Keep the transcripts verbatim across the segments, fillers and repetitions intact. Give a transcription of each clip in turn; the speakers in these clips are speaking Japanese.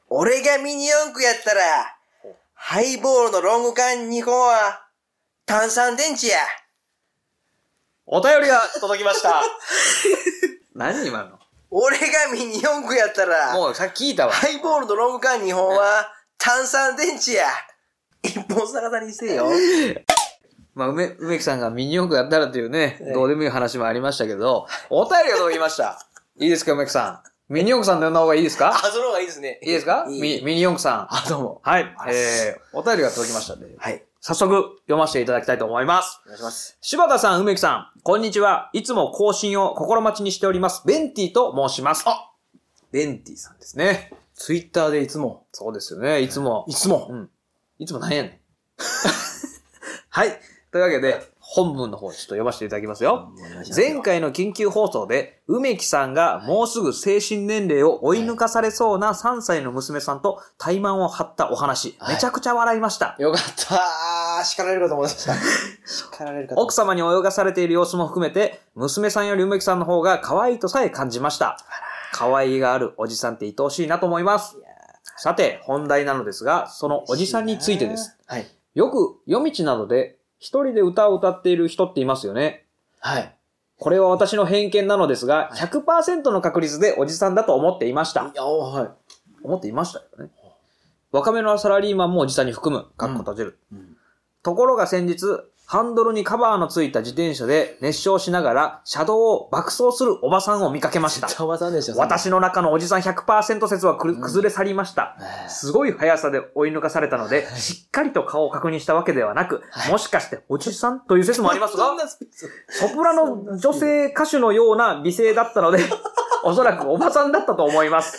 俺がミニ四駆やったら、ハイボールのロング缶にほんは、炭酸電池や。 お便りが届きました。何今の？ 俺がミニ四駆やったら、 もうさっき聞いたわ。 ハイボールのロング缶にほんは、炭酸電池や。一本逆さにせよ。 まあ、梅、梅木さんがミニ四駆やったらっていうね、どうでもいい話もありましたけど、お便りが届きました。いいですか、梅木さん。ミニ四駆さんで呼んだ方がいいですか？ あ、その方がいいですね。 いいですか？ いいミ、ミニ四駆さん。 あ、どうも。 はい。えー、お便りが届きましたんで。 はい。 早速、読ませていただきたいと思います。 お願いします。 柴田さん、梅木さん、こんにちは。いつも更新を心待ちにしております。ベンティと申します。あ、ベンティさんですね。 ツイッターでいつも。 そうですよね、いつも。 いつも。 うん。いつもなんやねん。はい。というわけで、本文の方ちょっと読ませていただきますよ。前回の緊急放送で、梅木さんがもうすぐ精神年齢を追い抜かされそうなさんさいの娘さんと怠慢を張ったお話、 はい、 めちゃくちゃ笑いました。 よかったー。叱られるかと思いました。叱られるかと。 奥様に泳がされている様子も含めて、娘さんより梅木さんの方が可愛いとさえ感じました。可愛いがあるおじさんって愛おしいなと思います。さて、本題なのですが、そのおじさんについてです。 はい。 よく夜道などで一人で歌を歌っている人っていますよね。 はい。 これは私の偏見なのですが、ひゃくパーセント の確率でおじさんだと思っていました。 いや、はい。 思っていましたよね。若めのサラリーマンもおじさんに含む。かっこ閉じる。うんうん、ところが先日、ハンドルにカバーのついた自転車で熱唱しながら車道を爆走するおばさんを見かけました。 おばさんでしょ。 私の中のおじさん ひゃくパーセント 説は崩れ去りました、うん。すごい速さで追い抜かされたので、しっかりと顔を確認したわけではなく、はい、もしかしておじさんという説もありますが、ソプラノ女性歌手のような美声だったので、おそらくおばさんだったと思います。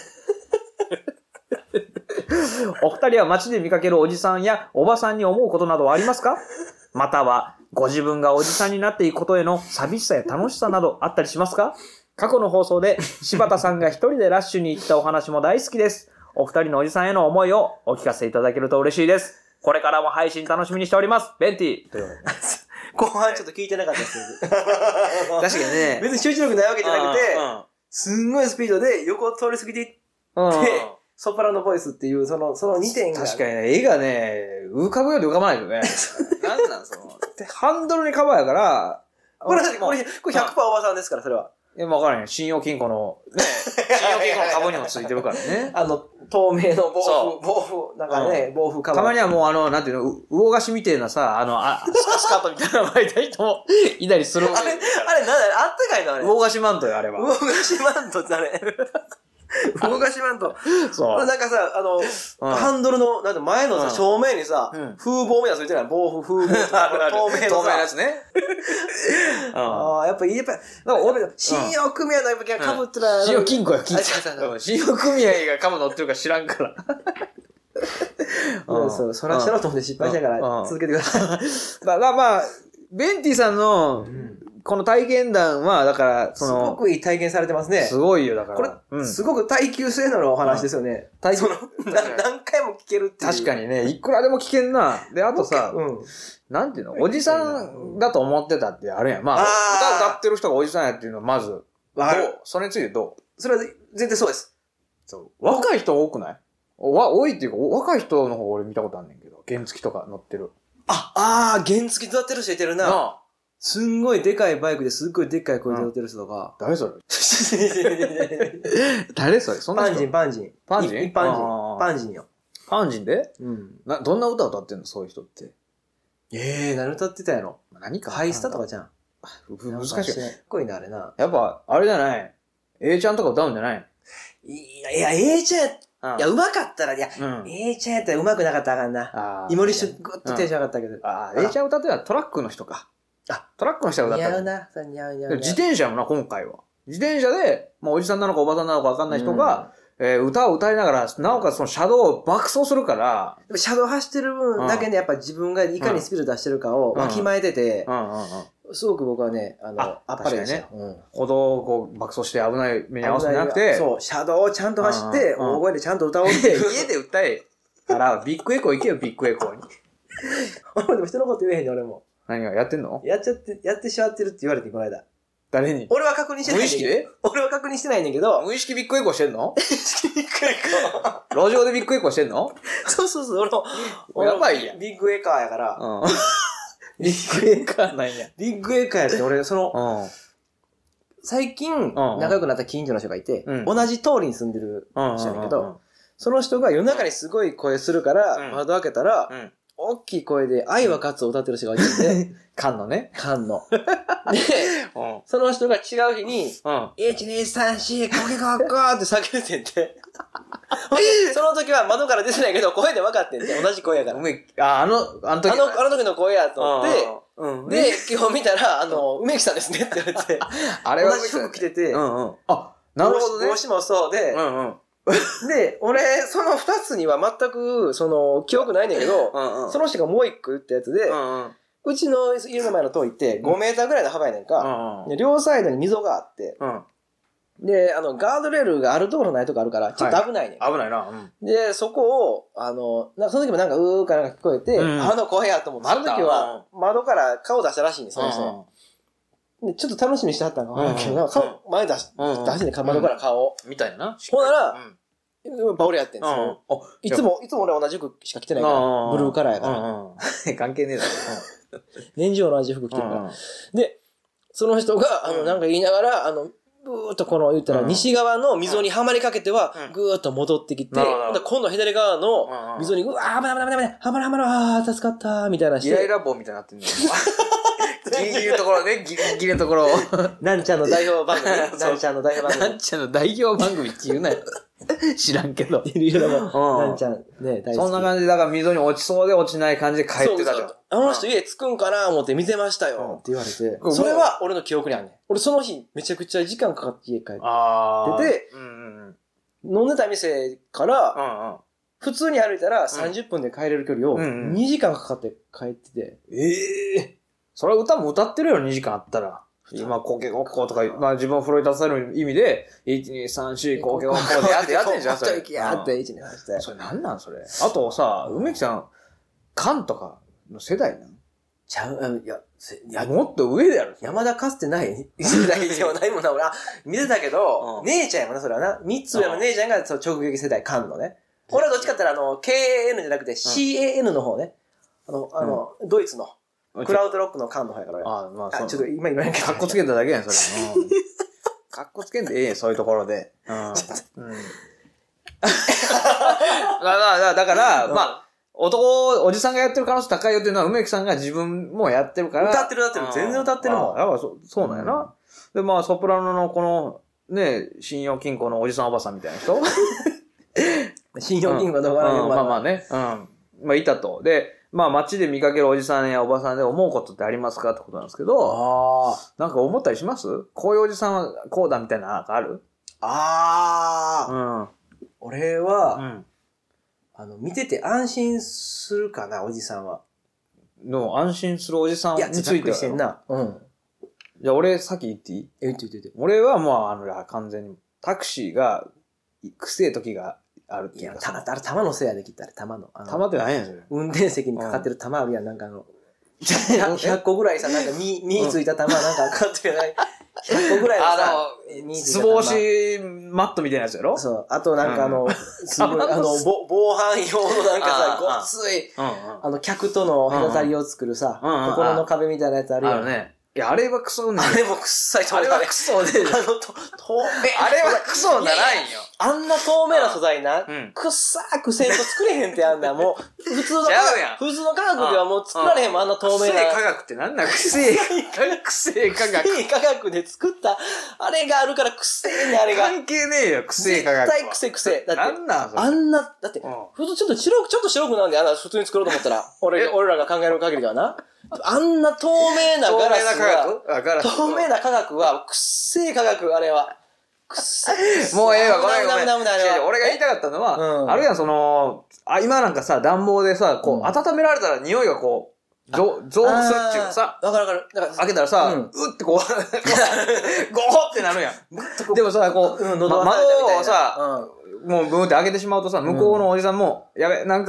お二人は街で見かけるおじさんやおばさんに思うことなどはありますか？または、ご自分がおじさんになっていくことへの寂しさや楽しさなどあったりしますか？過去の放送で柴田さんが一人でラッシュに行ったお話も大好きです。お二人のおじさんへの思いをお聞かせいただけると嬉しいです。これからも配信楽しみにしております。ベンティという後半ちょっと聞いてなかったです。 確かにね。 別に集中力ないわけじゃなくて、すんごいスピードで横を通り過ぎていって、ソプラノボイスっていう、その、そのにてんが。 確かにね、絵がね、浮かぶようで浮かばないよね。なんなんその。ハンドルにカバーやから、 これ、これ、これ ひゃくパーセント おばさんですから、それは。 え、わからんよ。信用金庫の、ね、信用金庫の株にもついてるからね。 あの、透明の防風、防風、なんかね、防風カバー。 たまにはもうあの、なんていうの、魚菓子みてえなさ、あの、あ、スカスカートみたいなの巻いた人もいたりする。 あれ、あれ、なんだあったかいのあれ。 魚菓子マントよ、あれは。 魚菓子マントってあれ。魚菓子マント。そう。なんかさ、あの、うん、ハンドルの、なんて前のさ、うん、正面にさ、うん、風防みたいなのついてない防風、風防。透明のさ。 透明のやつね。 ああ、やっぱ、やっぱ、なんか俺、信用組合のやっぱ被ってら、 信用金庫よ、金庫。信用組合が株乗ってるか知らんから。 そう、そらしたろと思って失敗したから、続けてください。 まあまあまあ、ベンティさんの、この体験談は、だから、その、 すごくいい体験されてますね。 すごいよ、だから。 これ、うん、すごく耐久性のお話ですよね。耐久、何回も聞けるっていう。 確かにね、いくらでも聞けんな。で、あとさ、うん、なんていうの、おじさんだと思ってたってあるやん。まあ、歌歌ってる人がおじさんやっていうのは、まず、どうそれについてどうそれは全然そうです。 そう。若い人多くないわ、多いっていうか、若い人の方が俺見たことあんねんけど、原付とか乗ってる。 あ、ああ、原付乗ってる人いてるな。なあすんごいでかいバイクですっごいでっかい声で乗ってる人とか。 誰それ誰それそんな人パンジン、パンジン。 パンジン一般人。パンジンよ。 パンジンでうん。な、どんな歌歌ってんのそういう人って。 ええー、何歌ってたやろ何かハイスタとかじゃん。 難しい。 かっこいいな、あれな。 やっぱ、あれじゃない ?A ちゃんとか歌うんじゃないいや、いや、A ちゃん、うん、いや、上手かったら、いや、うん、A ちゃんやったら上手くなかったらあかんな。イモリッシュグッとテンション上がったけど。 ああ、A ちゃん歌ってのはトラックの人か。あ、トラックの人が歌った。 似合うな、それ似合う似合う。 自転車もな、今回は。自転車で、まあ、おじさんなのかおばさんなのかわかんない人が、うん、えー、歌を歌いながら、なおかつその車道を爆走するから、 車道走ってる分だけね、やっぱ自分がいかにスピード出してるかをわきまえてて、すごく僕はね、あの、ああっぱれですよ。ね、うん、 歩道をこう爆走して危ない目に合わせてなくて、 そう、車道をちゃんと走って、大声でちゃんと歌おうって。 家で歌え。から、ビッグエコー行けよ、ビッグエコーに。 俺でも人のこと言えへんね、俺も。 何がやってんのやっちゃって、やってしまってるって言われて、この間。 誰に？ 俺は確認してない。 無意識で？ 俺は確認してないねんけど。 無意識ビッグエコーしてんの？ 無意識ビッグエコー。路上でビッグエコーしてんの？ そうそうそう、俺も。 やばいやん。 ビッグエカーやから。 うん。ビッグエカーなんや。 ビッグエカーやって俺、その、うん、最近、仲良くなった近所の人がいて、うん、同じ通りに住んでる人やねんけど、うんうんうん、その人が夜中にすごい声するから、うん、窓開けたら、うん、大きい声で愛は勝つを歌ってる人がいてて、 缶のね。 缶の。で、うん、その人が違う日に、うん、いちにさんし、こけこっこーって叫んでんて。その時は窓から出てないけど、声で分かってんて。同じ声やから。 あ、あの、あの時あの、あの時の声やと思って、うん、で、今日見たら、あの、梅木さんですねって言われて、あれは同じ服着てて、うんうん、あ、なるほどね。帽子もそうで、うんうんで、俺、その二つには全く、その、記憶ないねんけど、うんうん、その人がもう一個言ったやつで、うんうん、うちの家の前の通りってごメーターぐらいの幅やねんか、うんうん、で両サイドに溝があって、うん、で、あの、ガードレールがあるところないとこあるから、ちょっと危ないねん。 はい、危ないな、 うん。で、そこを、あの、なんかその時もなんかうーからなんか聞こえて、うん、あの声やと思って、その時は窓から顔出したらしいねん、その人。でちょっと楽しみにしてはったのかな、うんうん、顔、前出し、うんうん、出してね、窓から顔を。 みたいな。 ほんなら、うんバオレやってんすよ。うん、いつも、いつも俺同じ服しか着てないから、ブルーカラーやから。 うんうん、関係ねえだろ。 年中同じ服着てるから。うんうん、で、その人が、あの、なんか言いながら、あの、ぐーっとこの、言ったら、西側の溝にはまりかけては、ぐーっと戻ってきて、うん、今度左側の溝に、うわー、危ない危ない危ない、はまるはまる、あー、助かったー、みたいなして。 イライラ棒みたいになってんのよ。ギリギリのところね、ギリギリのところを。 なんちゃんの代表番組。なんちゃんの代表番組。 なんちゃんの代表番組って言うなよ。知らんけど。 いるよ、なんちゃんね、 大好き。そんな感じで、だから溝に落ちそうで落ちない感じで帰ってたじゃん。 あの人家着くんかな思って見てましたよって言われて。それは俺の記憶にあるねん。俺その日めちゃくちゃ時間かかって家帰ってて、飲んでた店から、普通に歩いたらさんじゅっぷんで帰れる距離をにじかんかかって帰ってて。 ええ。それは歌も歌ってるよ、にじかんあったら。今、コケごっことか、まあ自分を奮い立たせる意味で、いち、に、さん、よん、コケごっこでやって、やってんじゃん、それ。 やって、いち、に、さん、よん。 それなんなんそれ。あとさ、梅木さん、カンとかの世代なのちゃう、いや、 いやもっと上でやる。 山田かつてない世代ではないもんな、俺。あ、見てたけど、姉ちゃんやもんな、それはな。三つ上の姉ちゃんが直撃世代、カンのね。俺はどっちかって言ったら、あの、ケーエヌ じゃなくて シーエーエヌ の方ね。あの、あの、ドイツの。クラウドロックの缶の方やから。 ああ、まあそう。 ちょっと今言わないけど。 カッコつけただけやん、それ。カッコつけんでええやん、そういうところで。うん。うん。だから、まあ、男、おじさんがやってる可能性高いよっていうのは、梅木さんが自分もやってるから。 歌ってる歌ってる。全然歌ってるもん。 やっぱそ、そうなんやな。で、まあ、ソプラノのこの、ね、信用金庫のおじさんおばさんみたいな人信用金庫のおばさんまあまあね。うん。まあ、いたと。で、まあ街で見かけるおじさんやおばさんで思うことってありますかってことなんですけど、あなんか思ったりします？こういうおじさんはこうだみたいななんかある？ ああ、うん。俺は、うん、あの、見てて安心するかな、おじさんは。 の安心するおじさんについては。 してんな。うん。 じゃあ俺先言っていい？ 言って言って言って。 俺はもうあの、完全にタクシーが、くせえ時が、あるっていや、た、あれ、玉のせいやできた、あれ、玉の。 玉って何やそれ。 運転席にかかってる玉あるやん、なんかあの、ひゃっこぐらいさ、なんか、み、みついた玉なんかかかってるやん。ひゃっこぐらいのさ、 つぼ押しマットみたいなやつやろ？ そう。あとなんかあの、すごい、あの、防犯用のなんかさ、ごっつい、あの、客との隔たりを作るさ、心の壁みたいなやつあるやん。 あるね。いや、あれはクソね。あれもクソいと思う。 あれはクソで。あの、と、透明。あれはクソならんよ。 あんな透明な素材な、くっさーくせんと作れへんってあんな、もう、普通の、普通の科学ではもう作られへんもん、あんな透明な。 くせえ科学ってなんだくせえ、くせえ科学。 くせえ科学で作った、あれがあるからくせえね、あれが。 関係ねえよ、くせえ科学。 絶対くせくせ。だって、 なんなんそれ。 あんな、だって、普通ちょっと白く、ちょっと白くなるんで、あんな普通に作ろうと思ったら、俺、俺らが考える限りではな。あんな透明なガラスは、透明な科学は、くっせえ科学、あれは。くっせえ。 もうええわ、ごめんごめん。俺が言いたかったのは、うん、あるいはその、あ、今なんかさ、暖房でさ、こう、うん、温められたら匂いがこう、増幅するっていうかさ、 わかるわかる。だから開けたらさ、うん、うってこう、ゴーってなるやん。でもさ、こう、うん、窓をさ、うん、もうブーって開けてしまうとさ、向こうのおじさんも、やべ、なんか、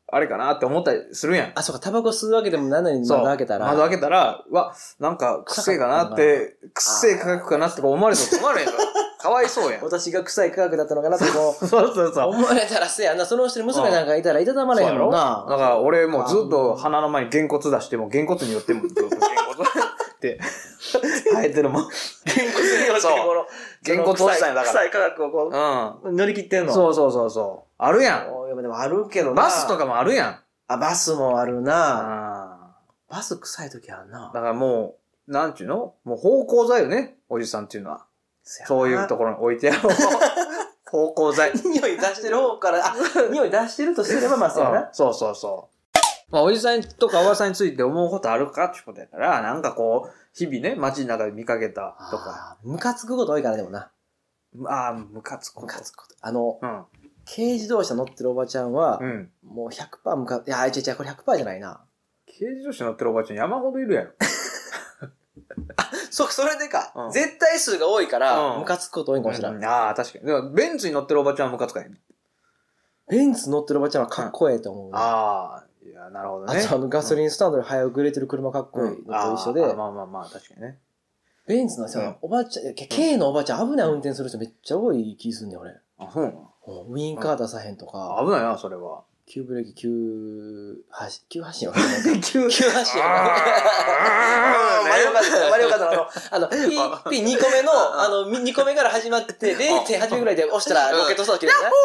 あれかなって思ったりするやん。 あ、そうか、タバコ吸うわけでもないのに窓開けたら。 窓開けたら、うわ、なんか、くせえかなって、くせえ科学かなって思われたと思われへんから。かわいそうやん。 私が臭い科学だったのかなってこう。そうそうそう。 思われたらせやな。その人に娘なんかいたらいたたまれへんもんな。 だから俺もうずっと鼻の前にげんこつ出しても、げんこつによってもずっとげんこつって生えてるもん。 げんこつによってこの、 げんこつおじさんやだから。 臭い科学をこう、乗り切ってんの。 そうそうそうそう。あるやん。 でもあるけどな。 バスとかもあるやん。 あ、バスもあるな。バス臭い時あるな。 だからもう、なんちゅうのもう芳香剤よね、おじさんっていうのは。そういうところに置いてやろう。芳香剤。 匂い出してる方から、あ、匂い出してるとすればまあそうやな。 そうそうそう。まあ、おじさんとかおばさんについて思うことあるかってことやから、なんかこう、日々ね、街の中で見かけたとか。 ムカつくこと多いからでもな。 ああ、ムカつくこと。 ムカつくこと。あの、うん、軽自動車乗ってるおばちゃんは、うん、もう ひゃくパーセント ムカ、いや、違う違う、これ ひゃくパーセント じゃないな。 軽自動車乗ってるおばちゃん山ほどいるやろ。 あ、そう、それでか。うん、絶対数が多いから、ムカつくこと多いかもしれない。 うん、ああ、確かに。でも、ベンツに乗ってるおばちゃんはムカつかへん。 ベンツ乗ってるおばちゃんはかっこええと思う、ね。 うん、ああ、いや、なるほどね。 あと、あの、ガソリンスタンドで早く売れてる車かっこいいのと一緒で。 うん、まあまあまあ、確かにね。 ベンツのさ、うん、おばちゃん、軽のおばちゃん危ない運転する人めっちゃ多い気すんねん、俺。 あ、そうなの？ ウィンカー出さへんとか。 危ないな、それは。 急ブレーキ、急発進、急発進は急、急発進。マリオカート、マリオカートのあの、あの、P、P2 個目の、あの、にこめから始まってて、れいてんはち ぐらいで押したらロケットスタート切れるね。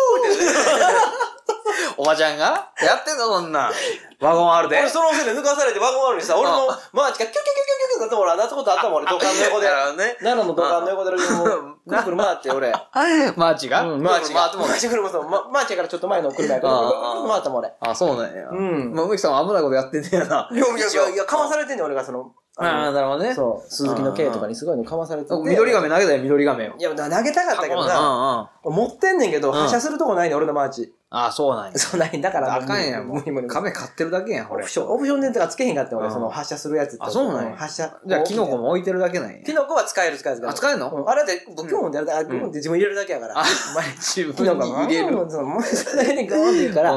おばちゃんがやってんのそんな。ワゴン R で。 俺そのせいで抜かされてワゴン R にさ、俺も、マーチがキュキュキュキュキュなってもらう、なったことあったもん、俺、土管の横で。奈良の土管の横で、もう、くるくる回って、俺。 マーチがうん、マーチが。マーチ車そう、マーチからちょっと前の車やから、回ったもん、俺。 あ、そうなんや。 うん。 まあ、梅木さんは危ないことやってんねやな。 いやいやいや、かまされてんねん、俺がその。 ああ、なるほどね。 そう。鈴木の軽とかにすごいのかまされてて。 緑亀投げたよ、緑亀を。 いや、投げたかったけどな。持ってんねんけど、発射するとこないねん、俺のマーチ。 ああ、そうなんや。 そうないんだから。 あかんやん、もう。亀買ってるだけやん、俺。オプション、 オプションでとかつけへんかって、俺、その発射するやつって。 あ、そうなんや。 発射。 じゃあ、キノコも置いてるだけなんや。 キノコは使える、使える。 あ、使えるのあれで、ブキョンってやるだけ、ブキョンって自分入れるだけやから。 あ、自分に入れる。 それでガーンって言うから、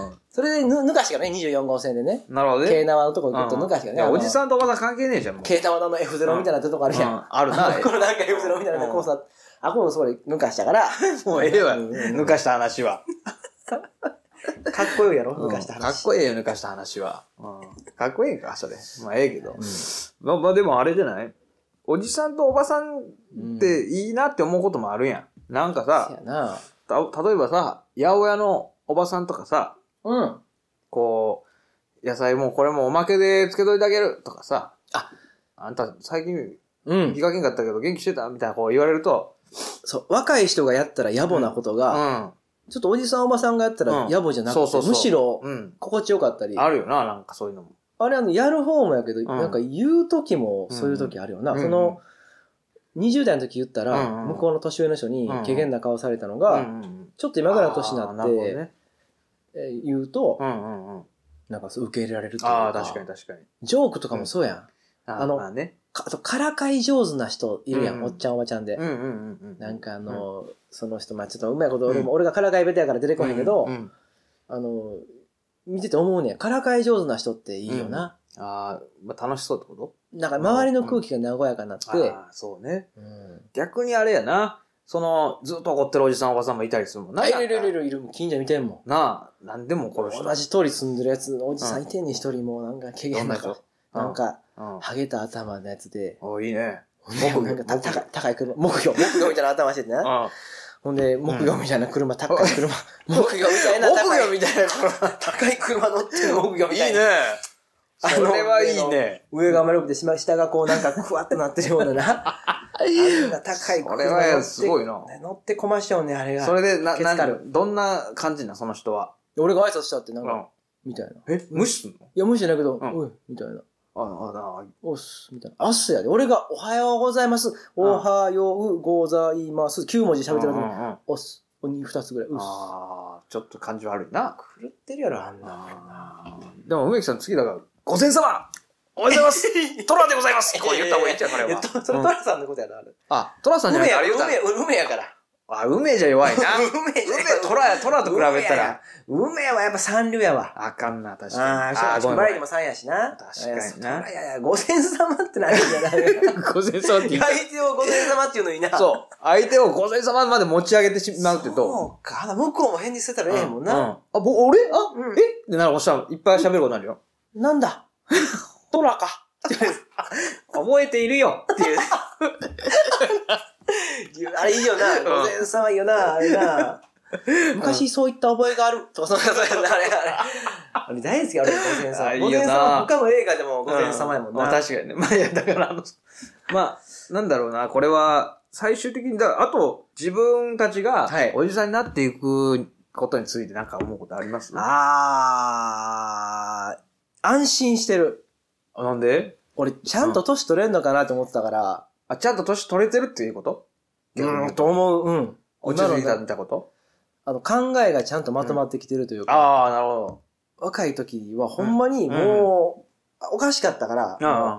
それで抜かしがね、にじゅうよん号線でね。 なるほどね。 軽縄のとこぐっと抜かしがね。 おじさんとおばさん関係ねえじゃん、もう。 軽縄の エフゼロ みたいなとこあるやん。 あるな。 これなんか エフゼロ みたいなコースあって、あ、これそれ抜かしたから。 もうええわ。抜かした話は。 かっこいいやろ抜かした話。 かっこいいよ、抜かした話は。かっこいいか、それ。まあ、ええけど。まあ、まあ、でもあれじゃないおじさんとおばさんっていいなって思うこともあるやん。なんかさ、た、例えばさ、八百屋のおばさんとかさ、 うん。 こう、野菜もこれもおまけでつけといてあげるとかさ、あ、あんた最近見かけんかったけど元気してたみたいなこう言われると、 そう、若い人がやったら野暮なことが、うんうんちょっとおじさんおばさんがやったら野暮じゃなくて、うん、そうそうそうむしろ心地よかったり、 うん。あるよな、なんかそういうのも。 あれあの、やる方もやけど、うん、なんか言う時もそういう時あるよな。うん、その、にじゅう代の時言ったら、うん、向こうの年上の人に怪げな顔されたのが、うん、ちょっと今ぐらいの年になって、ねえー、言うと、うんうんうん、なんかそう受け入れられるというか。 ああ、確かに確かに。 ジョークとかもそうやん。うん、あ, あの、あね、あと、からかい上手な人いるやん、うん、おっちゃんおばちゃんで。うんうんうんうん、なんかあの、うん、その人、まあちょっとうまいこと俺も、うん、俺がからかいベタやから出てこへんけど、うんうん、あの、見てて思うねん。からかい上手な人っていいよな。 うん、ああ、まあ楽しそうってこと？ なんか周りの空気が和やかになって。うん、 ああ、そうね、うん。逆にあれやな。その、ずっと怒ってるおじさんおばさんもいたりするもんな。 いるいるいるいる。近所見てんもん。なあ、なんでも殺して。 同じ通り住んでるやつ、おじさんいてんねん一人も、なんか怪げな顔。なんか、ハゲた頭のやつで。 おいいね。 木魚。高い、高い車。木魚。木魚みたいな頭しててな。ほんで、木魚みたいな車、高い車。木魚みたいな。 木魚みたいな車。高い車乗ってる木魚みたいな。 いいね。それはいいね。 上が丸くて下がこうなんかふわっとなってるようなな。あんな高い車乗って。これはすごいな。 乗ってこましょうね、あれが。 それで、な、な、どんな感じな、その人は。 俺が挨拶したってなんか、みたいな。 え無視すんの？ いや、無視じゃないけど、おい、みたいな。 ああ、ああ、 おっす、みたいな。あっすやで。俺が、おはようございます。おはようございます。きゅう文字喋ってるのに、おっす。おに二つぐらい。うっす。 ああ、ちょっと感じ悪いな。 狂ってるやろ、あんな。 でも、梅木さん次だから、ご先様おはようございますトラでございますこう言った方がいいんちゃう、これは。 それトラさんのことやな、あれ。 あ、トラさんじゃないあれ言うたら。 梅やから。 あ、梅じゃ弱いな。 梅じゃ梅、虎や、虎と比べたら。 梅はやっぱ三流やわ。 あかんな、確かに。 ああ、ごめん。バラエティも三やしな。 確かにな。 いやいや、ご先祖様って何じゃないご先祖って言う。 相手をご先祖様っていうのにな。 そう。相手をご先祖様まで持ち上げてしまうってどう？ そうか。向こうも返事してたらええもんな。 あ、ぼ、俺あ、えってなるおっしゃる。いっぱい喋ることになるよ。 なんだ虎か。 覚えているよっていう。 あれいいよな。ご先祖様いいよな。あれな。昔そういった覚えがある。とか、そんな、それ、あれ、あれ。あれ大好き、あれ、ご先祖様。ご先祖様、他の映画でもご先祖様やもんな。 まあ確かにね。まあいや、だからあの、まあ、なんだろうな、これは、最終的に、だあと、自分たちが、おじさんになっていくことについてなんか思うことあります？ あー、安心してる。 なんで？ 俺、ちゃんと年取れんのかなと思ってたから。 あ、ちゃんと年取れてるっていうこと？ うん、と思う。うん。 落ち着いたみたいなこと？ あの、考えがちゃんとまとまってきてるというか。 うん、ああ、なるほど。 若い時はほんまにもう、うん、おかしかったから。 うん、うん、うん。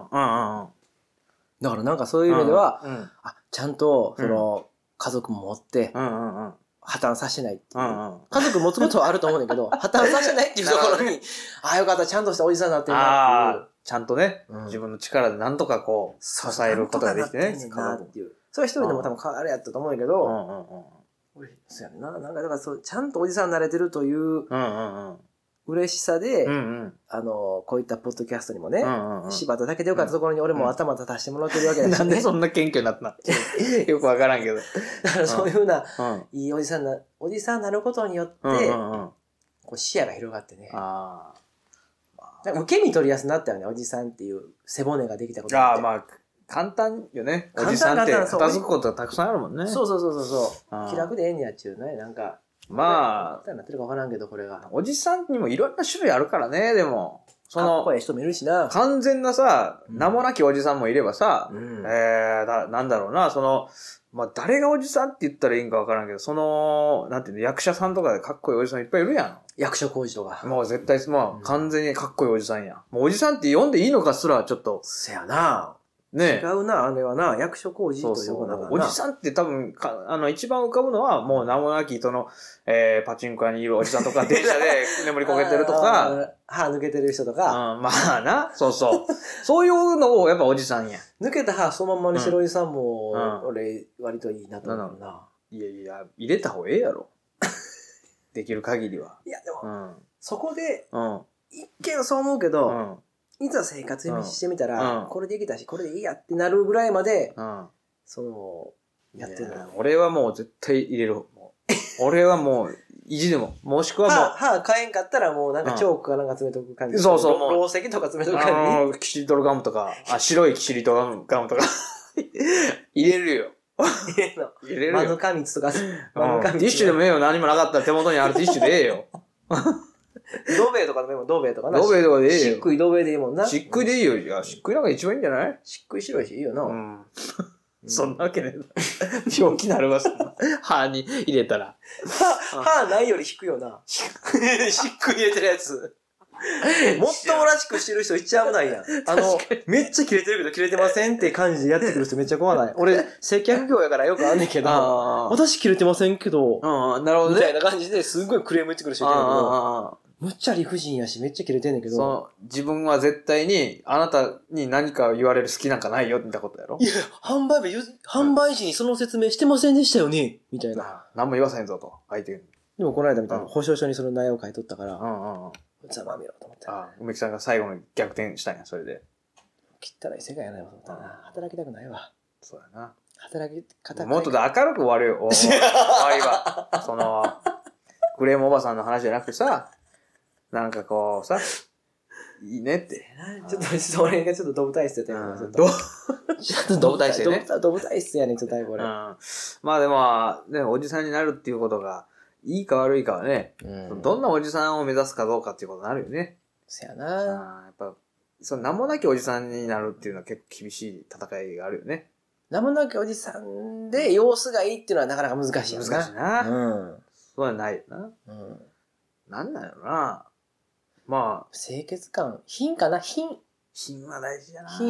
だからなんかそういう意味では、うんうん、あ、ちゃんと、その、うん、家族も持って、うんうんうん、破綻させないっていう、うんうん。家族持つことはあると思うんだけど、破綻させないっていうところに、ああよかった、ちゃんとしたおじさんになってるなっていう。 ちゃんとね、うん、自分の力でなんとかこう、支えることができてね。 家族っていう。それは一人でも多分あれやったと思うんだけど、うんうんうん、俺、そうやねんな。なんか、だからそう、ちゃんとおじさんになれてるという、うんうんうん、嬉しさで、うんうん、あの、こういったポッドキャストにもね、うんうん、柴田だけでよかったところに俺も頭立たしてもらってるわけだし、ね、 なんでそんな謙虚になったのよくわからんけど。 だからそういうふうな、うん、いいおじさんな、おじさんになることによって、うんうんうん、こう視野が広がってね。あなんか受け身取りやすくなったよね、おじさんっていう背骨ができたことああ、まあ、簡単よね。おじさんって片付くことがたくさんあるもんね。 そうそうそうそう。気楽でええんやっちゅうね、なんか。 まあ、 なってるかわからんけど、これが。 おじさんにもいろんな種類あるからね、でも。 その、かっこいい人もいるしな。 完全なさ、名もなきおじさんもいればさ、うん、えーだ、なんだろうな、その、まあ、誰がおじさんって言ったらいいんかわからんけど、その、なんていうの、役者さんとかでかっこいいおじさんいっぱいいるやん。 役所広司とか。 もう絶対、まあ、うん、完全にかっこいいおじさんやん。もうおじさんって呼んでいいのかすらちょっと。 せやな。ね、違うな、あれはな、役所広司ということだからな。 おじさんって多分か、あの、一番浮かぶのは、もう名もなき、その、えー、パチンコ屋にいるおじさんとか、電車で眠りこけてるとか、 歯抜けてる人とか。 うん、まあな、そうそう。そういうのをやっぱおじさんや。 抜けた歯そのまんまにしてるおじさんも、うん、俺、割といいなと思うな。 いやいや、入れた方がええやろ。できる限りは。 いや、でも、うん、そこで、うん、一見そう思うけど、うんいざ生活してみたら、うん、これできたし、これでいいやってなるぐらいまで、うん、その、やってるの。 俺はもう絶対入れる。俺はもう、意地でも。もしくはもう。 歯、歯変えんかったらもうなんかチョークかなんか詰めとく感じ。 うん、そうそう。 ろう石とか詰めとく感じ。キシリトルガムとか、あ、白いキシリトルガムとか。入れるよ。 入れるの。 入れるよ。 マヌカミツとか。 マヌカミツ。ティッシュでもええよ。何もなかったら手元にあるティッシュでええよ。 ドベイとかでもドベイとかな。 ドベイとかでいいよ。 しっくいドベイでいいもんな。 しっくいでいいよ。いや、しっくいなんか一番いいんじゃない？ しっくい白いしいいよな。うん。 そんなわけねえ。病気なるわ、歯に入れたら。 歯、歯ないより引くよな。しっくい入れてるやつ。もっともらしくしてる人いっちゃ危ないやん。あの、めっちゃ切れてるけど切れてませんって感じでやってくる人めっちゃ怖ない。俺、接客業やからよくあんねんけど、私切れてませんけど、 うん、なるほどね。 みたいな感じですごいクレーム言ってくる人いるんだけど、むっちゃ理不尽やし、めっちゃキレてんねんけど。 その、自分は絶対に、あなたに何か言われる好きなんかないよってたことやろ？ いや、販売日、販売時にその説明してませんでしたよねみたいな。 何も言わせんぞと、相手に。 でもこの間みたいな、保証書にその内容を書いとったから、うんうんうん。ざまみろと思って。 ああ、梅木さんが最後に逆転したんや、それで。 汚い世界やなよと思ったな。働きたくないわ。 そうやな。 働き方もっと明るく終わるよ、終わりは。その、クレームおばさんの話じゃなくてさ、なんかこうさ、いいねって。 ちょっと、それがちょっと動物体質やったよ。 ちょっと動物体質ね。 動物体質やねん、ちょっとこれ。うん。 まあでも、ね、おじさんになるっていうことが、いいか悪いかはね、うん、どんなおじさんを目指すかどうかっていうことになるよね。 そやなあやっぱ、その名もなきおじさんになるっていうのは結構厳しい戦いがあるよね。 名もなきおじさんで様子がいいっていうのはなかなか難しいよな。 難しいな。うん。そうはないよな。うん。なんなんやろな。まあ。 清潔感。品かな品。 品は大事やな。 品。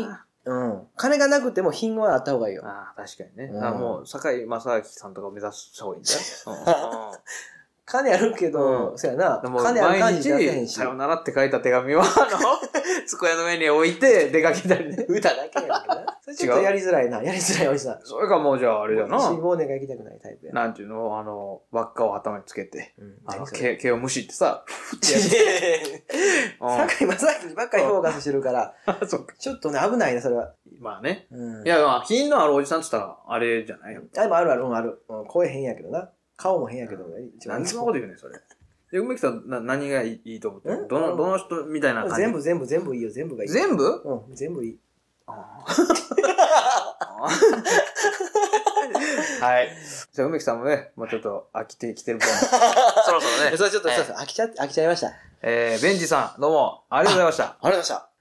うん。金がなくても品はあった方がいいよ。 ああ、確かにね。うん、あもう、堺正明さんとか目指した方がいいんだよ。 金あるけど、うん、そうやな。 金ある感じ出せへんし。さよならって書いた手紙を、あの、机の上に置いて出かけたりね。 歌だけやからな。それちょっとやりづらいな。やりづらいおじさん。 それかもうじゃああれだな。 死亡願い行きたくないタイプや。 なんていうのあの、輪っかを頭につけて、うん、あの、毛、毛をむしってさ、ふってやって。堺正明にばっかりフォーカスしてるから、ちょっとね、危ないね、それは。 まあね。うん、いや、まあ、品のあるおじさんって言ったら、あれじゃないよ。 あ、でもあるある、うん、ある。うん、声変やけどな。顔も変やけどね。 何そんなこと言うねん、それ。で、梅木さん、な、何がいいと思ってるどの、どの人みたいな感じ全部、全部、全部いいよ、全部がいい。 全部うん、全部いい。 はい。じゃあ、梅木さんもね、もうちょっと飽きてきてるっぽい。そろそろね。 それちょっと、そうそう、飽きちゃ、飽きちゃいました。 えー、ベンジさん、どうも、ありがとうございました。 ありがとうございました。